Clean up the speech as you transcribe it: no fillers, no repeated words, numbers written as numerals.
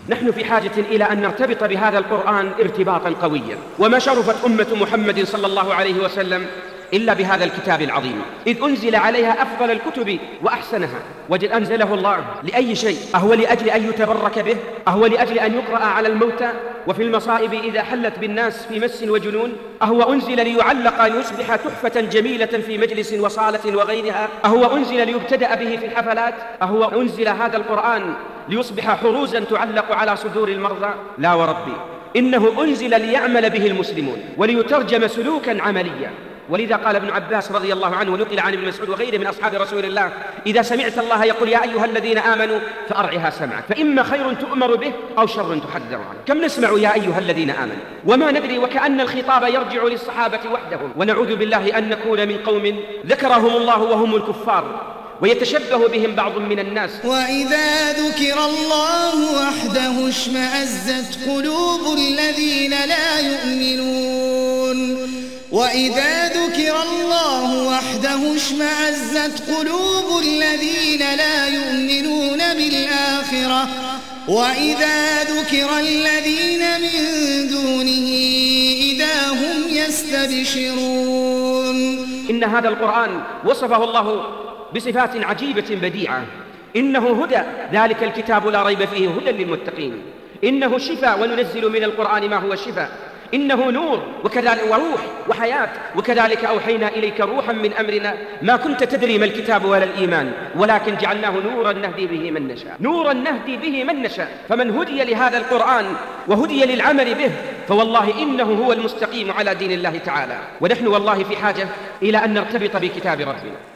نحن في حاجة إلى أن نرتبط بهذا القرآن ارتباطا قويا. وما شرفت أمة محمد صلى الله عليه وسلم إلا بهذا الكتاب العظيم، إذ أنزل عليها أفضل الكتب وأحسنها. وجد أنزله الله لأي شيء؟ أهو لأجل أن يتبرك به؟ أهو لأجل أن يقرأ على الموتى وفي المصائب إذا حلت بالناس في مس وجنون؟ أهو أنزل ليعلق ليصبح تحفة جميلة في مجلس وصالة وغيرها؟ أهو أنزل ليبتدأ به في الحفلات؟ أهو أنزل هذا القرآن ليصبح حروزا تعلق على صدور المرضى؟ لا وربي، إنه أنزل ليعمل به المسلمون وليترجم سلوكا عمليا. ولذا قال ابن عباس رضي الله عنه ونقل عن ابن مسعود وغيره من أصحاب رسول الله: إذا سمعت الله يقول يا أيها الذين آمنوا فأرعها سمعك، فإما خير تؤمر به أو شر تحذر عنه. كم نسمع يا أيها الذين آمنوا وما ندري، وكأن الخطاب يرجع للصحابة وحدهم. ونعوذ بالله أن نكون من قوم ذكرهم الله وهم الكفار ويتشبه بهم بعض من الناس. وإذا ذكر الله وحده اشمأزت قلوب الذين لا يؤمنون. وإذا ذكر الله وحده اشمأزت قلوب الذين لا يؤمنون بالآخرة وإذا ذكر الذين من دونه إذا هم يستبشرون. إن هذا القرآن وصفه الله بصفات عجيبة بديعة. إنه هدى، ذلك الكتاب لا ريب فيه هدى للمتقين. إنه شفاء، وننزل من القرآن ما هو شفاء. إنه نور وكذلك وروح وحياة، وكذلك أوحينا إليك روحا من أمرنا ما كنت تدري ما الكتاب ولا الإيمان ولكن جعلناه نورا نهدي به من نشاء. نورا نهدي به من نشاء. فمن هدي لهذا القرآن وهدي للعمل به فوالله إنه هو المستقيم على دين الله تعالى. ونحن والله في حاجة إلى أن نرتبط بكتاب ربنا.